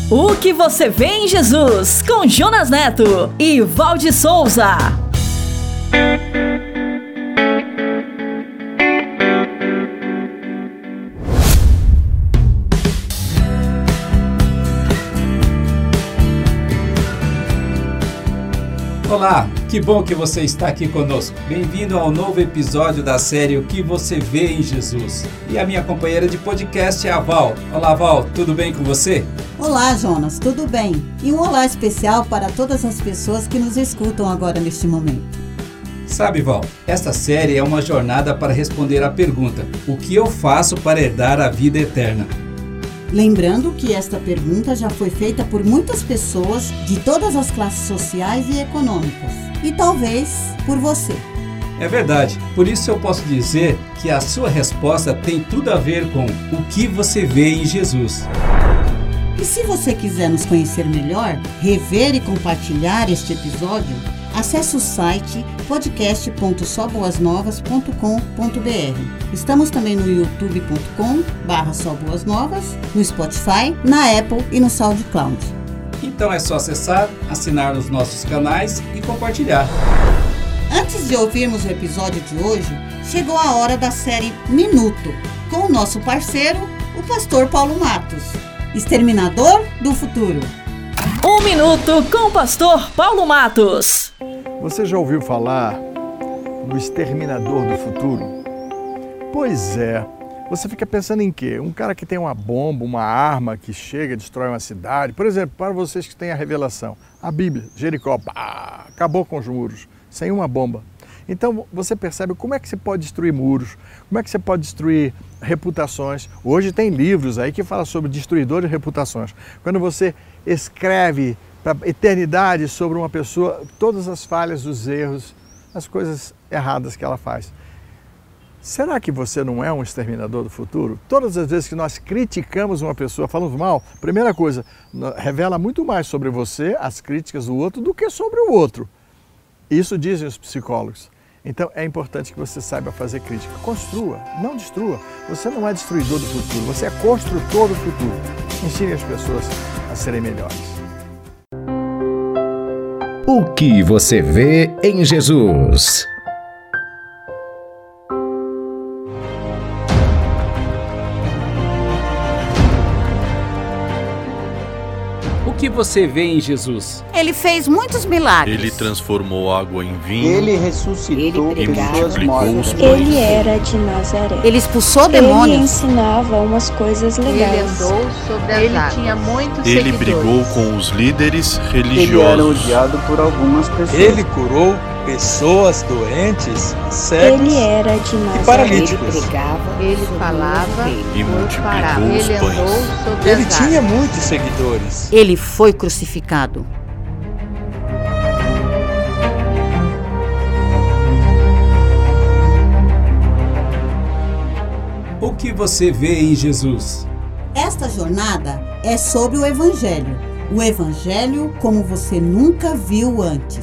O que você vê em Jesus, com Jonas Neto e Valde Souza. Olá, que bom que você está aqui conosco. Bem-vindo ao novo episódio da série O que você vê em Jesus. E a minha companheira de podcast é a Val. Olá, Val, tudo bem com você? Olá, Jonas, tudo bem? E um olá especial para todas as pessoas que nos escutam agora neste momento. Sabe, Val, esta série é uma jornada para responder à pergunta: o que eu faço para herdar a vida eterna? Lembrando que esta pergunta já foi feita por muitas pessoas de todas as classes sociais e econômicas. E talvez por você. É verdade. Por isso eu posso dizer que a sua resposta tem tudo a ver com o que você vê em Jesus. E se você quiser nos conhecer melhor, rever e compartilhar este episódio, acesse o site podcast.soboasnovas.com.br. Estamos também no youtube.com/soboasnovas, no Spotify, na Apple e no SoundCloud. Então é só acessar, assinar nos nossos canais e compartilhar. Antes de ouvirmos o episódio de hoje, chegou a hora da série Minuto, com o nosso parceiro, o pastor Paulo Matos, exterminador do futuro. 1 minuto com o pastor Paulo Matos. Você já ouviu falar no exterminador do futuro? Pois é. Você fica pensando em quê? Um cara que tem uma bomba, uma arma que chega e destrói uma cidade. Por exemplo, para vocês que têm a revelação, a Bíblia, Jericó, acabou com os muros, sem uma bomba. Então você percebe como é que você pode destruir muros, como é que você pode destruir reputações. Hoje tem livros aí que falam sobre destruidores de reputações. Quando você escreve para a eternidade sobre uma pessoa todas as falhas, os erros, as coisas erradas que ela faz. Será que você não é um exterminador do futuro? Todas as vezes que nós criticamos uma pessoa, falamos mal, primeira coisa, revela muito mais sobre você, as críticas do outro, do que sobre o outro. Isso dizem os psicólogos. Então é importante que você saiba fazer crítica. Construa, não destrua. Você não é destruidor do futuro, você é construtor do futuro. Ensine as pessoas a serem melhores. O que você vê em Jesus? O que você vê em Jesus? Ele fez muitos milagres. Ele transformou água em vinho. Ele ressuscitou pessoas mortas. Ele era de Nazaré. Ele expulsou Ele demônios. ensinava umas coisas legais. Ele andou sobre as águas. Tinha muitos Ele seguidores. brigou com os líderes Ele era religiosos. odiado por algumas pessoas. Ele curou pessoas doentes, cegos Ele era de Nazaré. e paralíticos. Ele falava E por multiplicou parábola. os Ele pães. andou sobre Ele as tinha águas. muitos seguidores. Ele foi crucificado. O que você vê em Jesus? Esta jornada é sobre o Evangelho. O Evangelho como você nunca viu antes.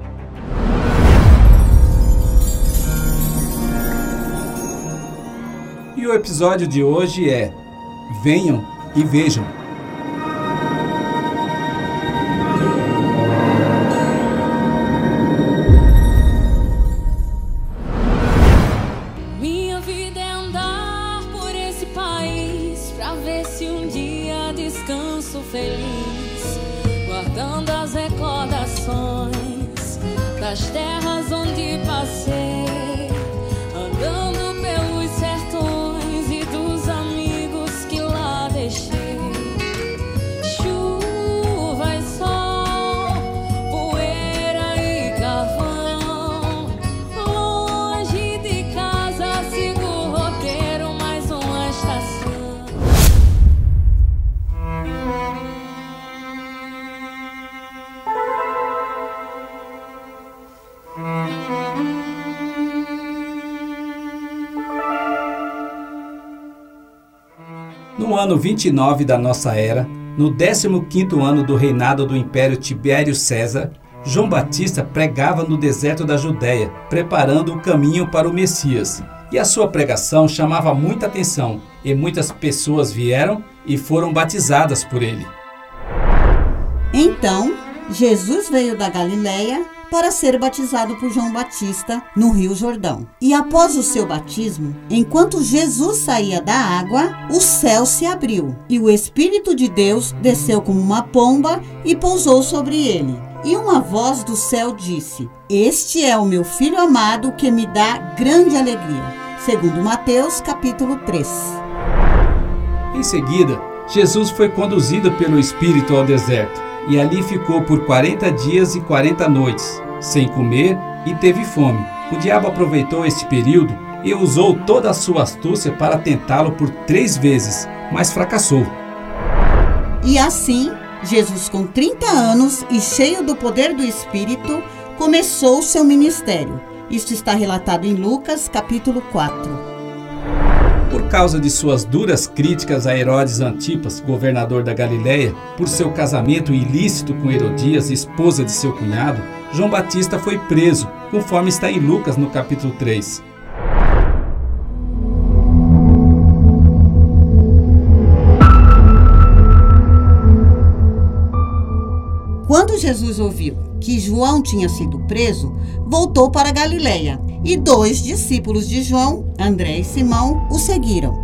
E o episódio de hoje é Venham e Vejam. Minha vida é andar por esse país pra ver se um dia descanso feliz, guardando as recordações das terras onde passei, andando pelos sertões e dos amigos que lá deixei. Chuva e sol, poeira e carvão, longe de casa sigo o roteiro, mais uma estação. No ano 29 da nossa era, no 15º ano do reinado do Império Tibério César, João Batista pregava no deserto da Judéia, preparando o caminho para o Messias. E a sua pregação chamava muita atenção, e muitas pessoas vieram e foram batizadas por ele. Então, Jesus veio da Galileia para ser batizado por João Batista no Rio Jordão. E após o seu batismo, enquanto Jesus saía da água, o céu se abriu e o Espírito de Deus desceu como uma pomba e pousou sobre ele. E uma voz do céu disse: Este é o meu Filho amado que me dá grande alegria. Segundo Mateus, capítulo 3. Em seguida, Jesus foi conduzido pelo Espírito ao deserto. E ali ficou por 40 dias e 40 noites, sem comer, e teve fome. O diabo aproveitou este período e usou toda a sua astúcia para tentá-lo por 3 vezes, mas fracassou. E assim, Jesus, com 30 anos e cheio do poder do Espírito, começou seu ministério. Isto está relatado em Lucas, capítulo 4. Por causa de suas duras críticas a Herodes Antipas, governador da Galileia, por seu casamento ilícito com Herodias, esposa de seu cunhado, João Batista foi preso, conforme está em Lucas no capítulo 3. Quando Jesus ouviu que João tinha sido preso, voltou para Galileia, e 2 discípulos de João, André e Simão, o seguiram.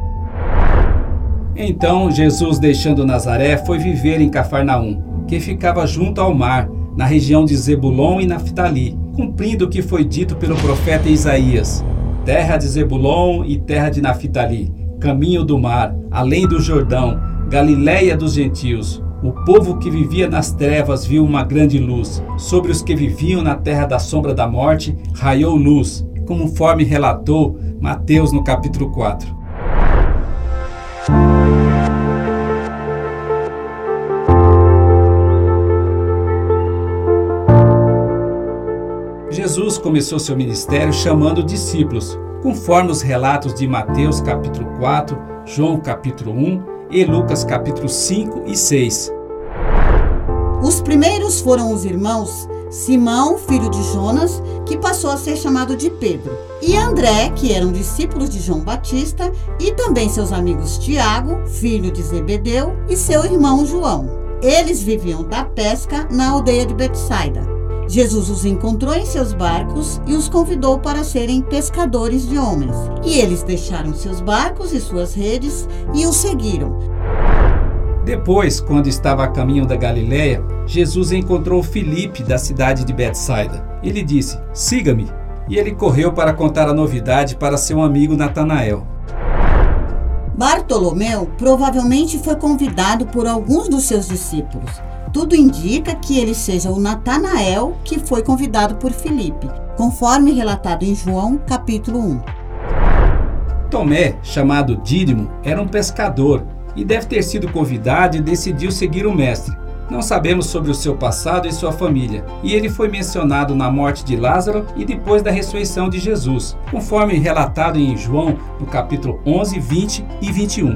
Então Jesus, deixando Nazaré, foi viver em Cafarnaum, que ficava junto ao mar, na região de Zebulon e Naftali, cumprindo o que foi dito pelo profeta Isaías: terra de Zebulon e terra de Naftali, caminho do mar, além do Jordão, Galileia dos gentios. O povo que vivia nas trevas viu uma grande luz. Sobre os que viviam na terra da sombra da morte, raiou luz, conforme relatou Mateus no capítulo 4. Jesus começou seu ministério chamando discípulos, conforme os relatos de Mateus capítulo 4, João capítulo 1, e Lucas capítulo 5 e 6. Os primeiros foram os irmãos Simão, filho de Jonas, que passou a ser chamado de Pedro, e André, que eram discípulos de João Batista, e também seus amigos Tiago, filho de Zebedeu, e seu irmão João. Eles viviam da pesca na aldeia de Betsaida. Jesus os encontrou em seus barcos e os convidou para serem pescadores de homens. E eles deixaram seus barcos e suas redes e o seguiram. Depois, quando estava a caminho da Galileia, Jesus encontrou Filipe da cidade de Betsaida. Ele disse: "Siga-me." E ele correu para contar a novidade para seu amigo Natanael. Bartolomeu provavelmente foi convidado por alguns dos seus discípulos. Tudo indica que ele seja o Natanael que foi convidado por Filipe, conforme relatado em João, capítulo 1. Tomé, chamado Dídimo, era um pescador e deve ter sido convidado e decidiu seguir o mestre. Não sabemos sobre o seu passado e sua família, e ele foi mencionado na morte de Lázaro e depois da ressurreição de Jesus, conforme relatado em João, no capítulo 11, 20 e 21.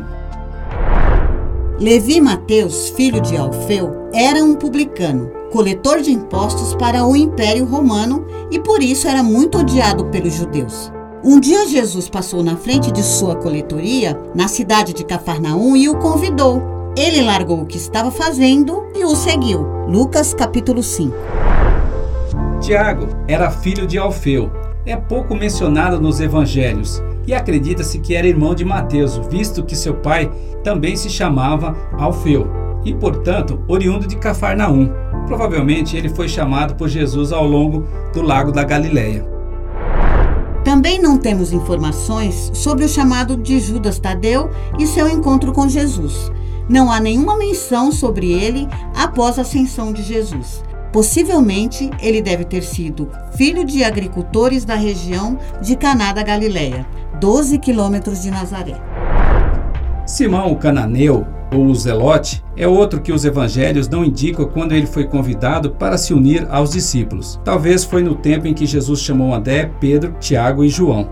Levi Mateus, filho de Alfeu, era um publicano, coletor de impostos para o Império Romano e por isso era muito odiado pelos judeus. Um dia Jesus passou na frente de sua coletoria, na cidade de Cafarnaum, e o convidou. Ele largou o que estava fazendo e o seguiu. Lucas capítulo 5. Tiago era filho de Alfeu. É pouco mencionado nos evangelhos e acredita-se que era irmão de Mateus, visto que seu pai também se chamava Alfeu e, portanto, oriundo de Cafarnaum. Provavelmente ele foi chamado por Jesus ao longo do lago da Galileia. Também não temos informações sobre o chamado de Judas Tadeu e seu encontro com Jesus. Não há nenhuma menção sobre ele após a ascensão de Jesus. Possivelmente, ele deve ter sido filho de agricultores da região de Caná da Galileia, 12 quilômetros de Nazaré. Simão o cananeu, ou o zelote, é outro que os evangelhos não indicam quando ele foi convidado para se unir aos discípulos. Talvez foi no tempo em que Jesus chamou André, Pedro, Tiago e João.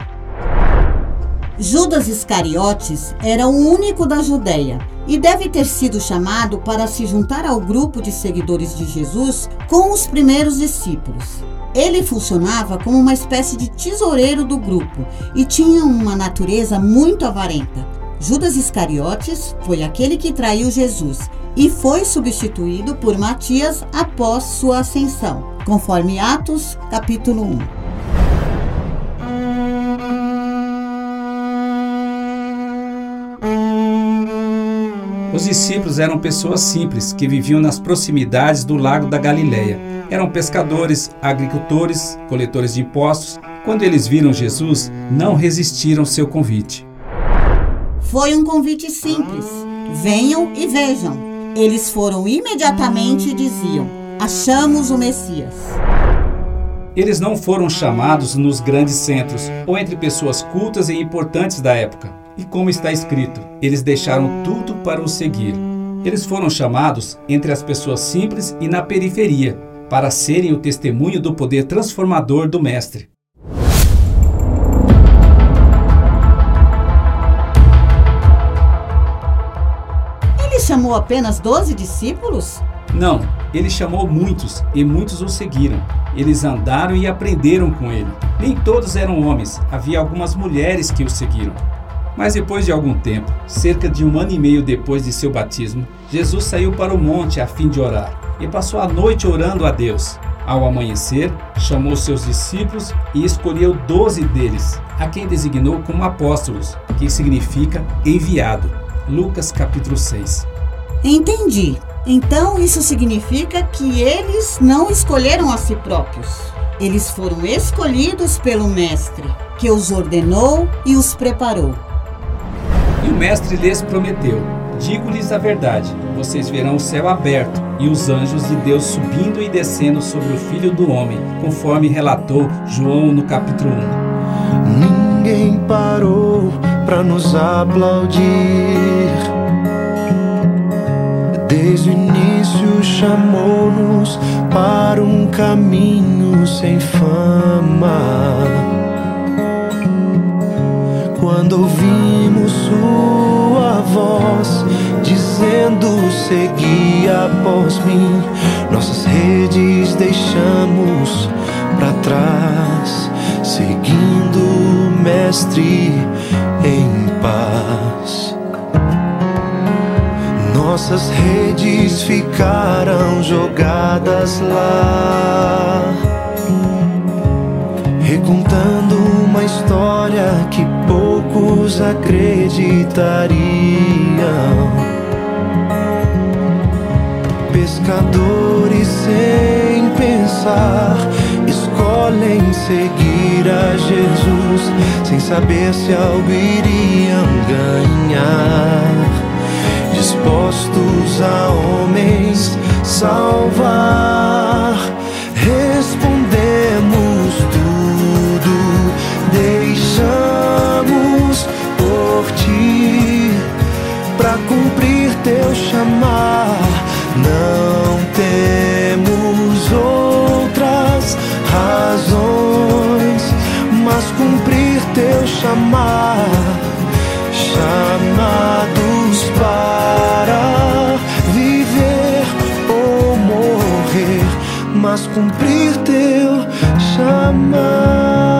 Judas Iscariotes era o único da Judeia e deve ter sido chamado para se juntar ao grupo de seguidores de Jesus com os primeiros discípulos. Ele funcionava como uma espécie de tesoureiro do grupo e tinha uma natureza muito avarenta. Judas Iscariotes foi aquele que traiu Jesus e foi substituído por Matias após sua ascensão, conforme Atos, capítulo 1. Os discípulos eram pessoas simples que viviam nas proximidades do lago da Galileia. Eram pescadores, agricultores, coletores de impostos. Quando eles viram Jesus, não resistiram ao seu convite. Foi um convite simples. Venham e vejam. Eles foram imediatamente e diziam: achamos o Messias. Eles não foram chamados nos grandes centros ou entre pessoas cultas e importantes da época. E como está escrito, eles deixaram tudo para o seguir. Eles foram chamados entre as pessoas simples e na periferia, para serem o testemunho do poder transformador do Mestre. Ele chamou apenas 12 discípulos? Não, ele chamou muitos e muitos o seguiram. Eles andaram e aprenderam com ele. Nem todos eram homens, havia algumas mulheres que o seguiram. Mas depois de algum tempo, cerca de 1 ano e meio depois de seu batismo, Jesus saiu para o monte a fim de orar e passou a noite orando a Deus. Ao amanhecer, chamou seus discípulos e escolheu 12 deles, a quem designou como apóstolos, que significa enviado. Lucas capítulo 6. Entendi. Então isso significa que eles não escolheram a si próprios. Eles foram escolhidos pelo Mestre, que os ordenou e os preparou. E o Mestre lhes prometeu: digo-lhes a verdade, vocês verão o céu aberto e os anjos de Deus subindo e descendo sobre o Filho do Homem, conforme relatou João no capítulo 1. Ninguém parou para nos aplaudir. Desde o início chamou-nos para um caminho sem fama. Quando ouvimos sua voz dizendo: segui após mim, nossas redes deixamos para trás, seguindo o Mestre em paz. Nossas redes ficaram jogadas lá, recontando uma história que poucos acreditariam. Pescadores sem pensar escolhem seguir a Jesus, sem saber se algo iriam ganhar, dispostos a homens salvar. Respondemos tudo, deixamos por ti, pra cumprir teu chamar. Não temos outras razões, mas cumprir teu chamar. Chamados para viver ou morrer, mas cumprir teu chamar.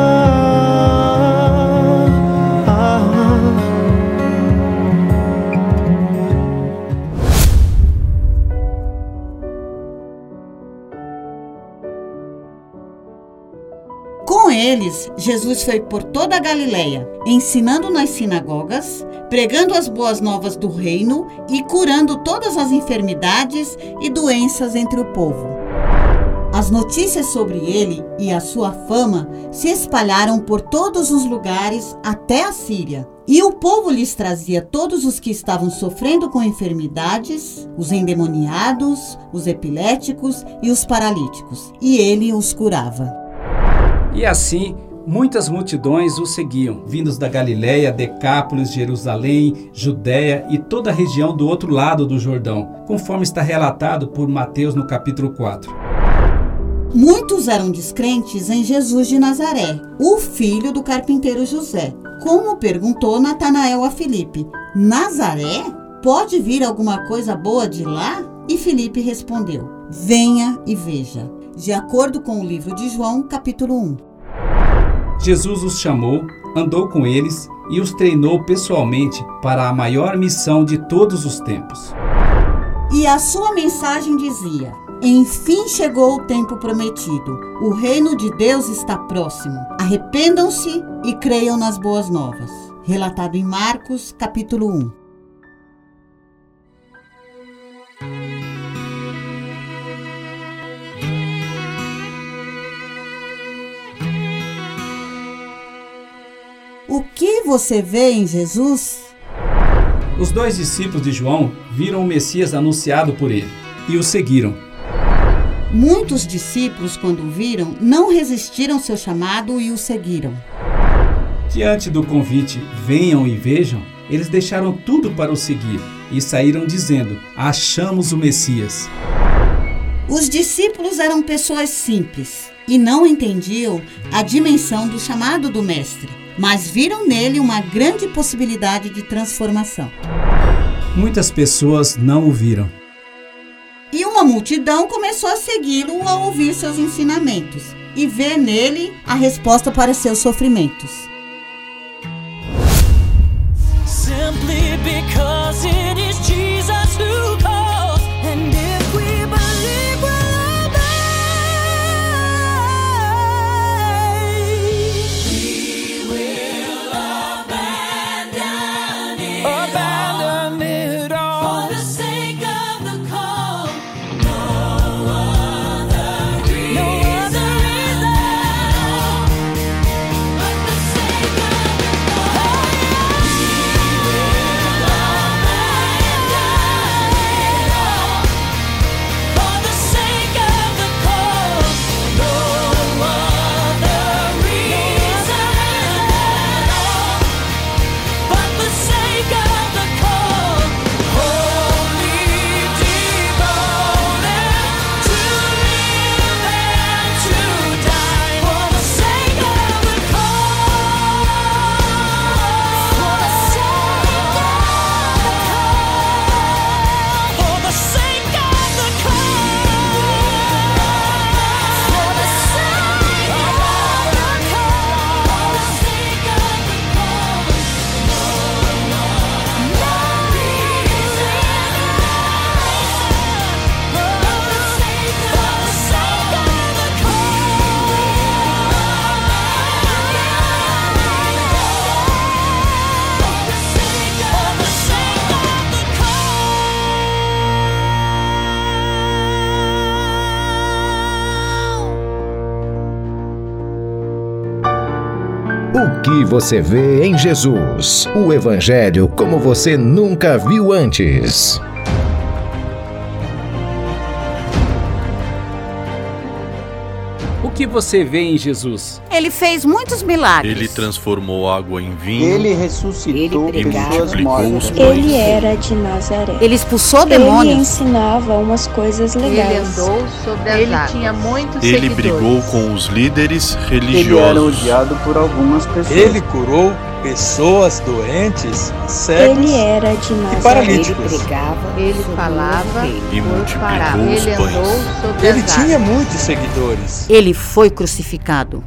Com eles, Jesus foi por toda a Galileia, ensinando nas sinagogas, pregando as boas novas do reino e curando todas as enfermidades e doenças entre o povo. As notícias sobre ele e a sua fama se espalharam por todos os lugares até a Síria. E o povo lhes trazia todos os que estavam sofrendo com enfermidades, os endemoniados, os epiléticos e os paralíticos, e ele os curava. E assim, muitas multidões o seguiam, vindos da Galileia, Decápolis, Jerusalém, Judéia e toda a região do outro lado do Jordão, conforme está relatado por Mateus no capítulo 4. Muitos eram descrentes em Jesus de Nazaré, o filho do carpinteiro José. Como perguntou Natanael a Filipe: Nazaré? Pode vir alguma coisa boa de lá? E Filipe respondeu: venha e veja. De acordo com o livro de João, capítulo 1. Jesus os chamou, andou com eles e os treinou pessoalmente para a maior missão de todos os tempos. E a sua mensagem dizia: enfim chegou o tempo prometido. O reino de Deus está próximo. Arrependam-se e creiam nas boas novas. Relatado em Marcos, capítulo 1. O que você vê em Jesus? Os 2 discípulos de João viram o Messias anunciado por ele e o seguiram. Muitos discípulos, quando o viram, não resistiram ao seu chamado e o seguiram. Diante do convite, venham e vejam, eles deixaram tudo para o seguir e saíram dizendo: achamos o Messias. Os discípulos eram pessoas simples e não entendiam a dimensão do chamado do Mestre, mas viram nele uma grande possibilidade de transformação. Muitas pessoas não o viram. E uma multidão começou a segui-lo ao ouvir seus ensinamentos e ver nele a resposta para seus sofrimentos. Simply because it is Jesus who calls, and if we believe we'll obey, we will abandon it all for the sake of the call. No other reason but the sake of the call. O que você vê em Jesus? O Evangelho como você nunca viu antes. O que você vê em Jesus? Ele fez muitos milagres. Ele transformou água em vinho. Ele ressuscitou pessoas mortas. Ele era de Nazaré. Ele expulsou demônios. Ele ensinava umas coisas legais. Ele andou sobre as águas. Ele tinha muitos Ele seguidores. brigou com os líderes religiosos. Ele era odiado por algumas pessoas. Ele curou pessoas doentes, cegos Ele era de Nazaré. e paralíticos. Ele falava e multiplicou ele os andou pães. sobre Ele as tinha águas. muitos seguidores. Ele foi crucificado.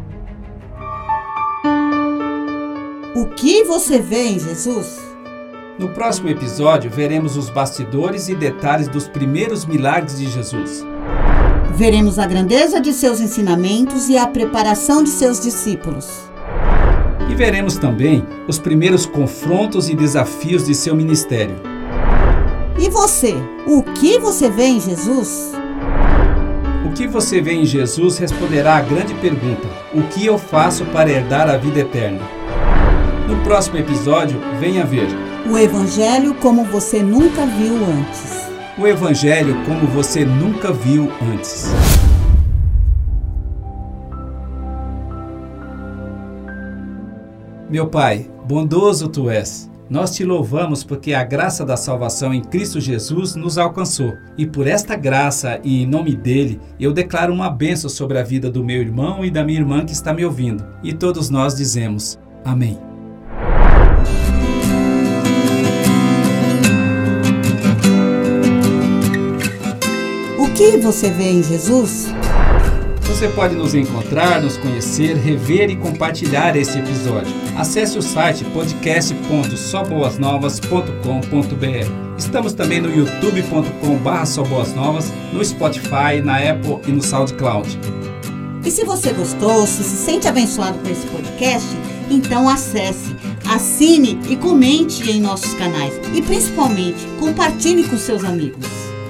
O que você vê em Jesus? No próximo episódio, veremos os bastidores e detalhes dos primeiros milagres de Jesus. Veremos a grandeza de seus ensinamentos e a preparação de seus discípulos. E veremos também os primeiros confrontos e desafios de seu ministério. E você? O que você vê em Jesus? O que você vê em Jesus responderá à grande pergunta: o que eu faço para herdar a vida eterna? No próximo episódio, venha ver o Evangelho como você nunca viu antes. O Evangelho como você nunca viu antes. Meu Pai, bondoso Tu és. Nós Te louvamos porque a graça da salvação em Cristo Jesus nos alcançou. E por esta graça e em nome dEle, eu declaro uma bênção sobre a vida do meu irmão e da minha irmã que está me ouvindo. E todos nós dizemos amém. O que você vê em Jesus? Você pode nos encontrar, nos conhecer, rever e compartilhar este episódio. Acesse o site podcast.soboasnovas.com.br. Estamos também no youtube.com/soboasnovas, no Spotify, na Apple e no SoundCloud. E se você gostou, se sente abençoado com esse podcast, então acesse, assine e comente em nossos canais. E principalmente, compartilhe com seus amigos.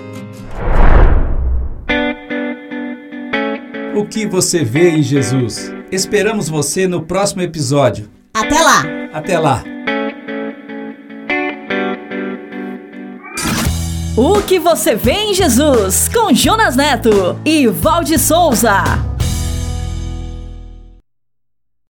O que você vê em Jesus? Esperamos você no próximo episódio. Até lá! Até lá! O que você vê em Jesus? Com Jonas Neto e Valde Souza.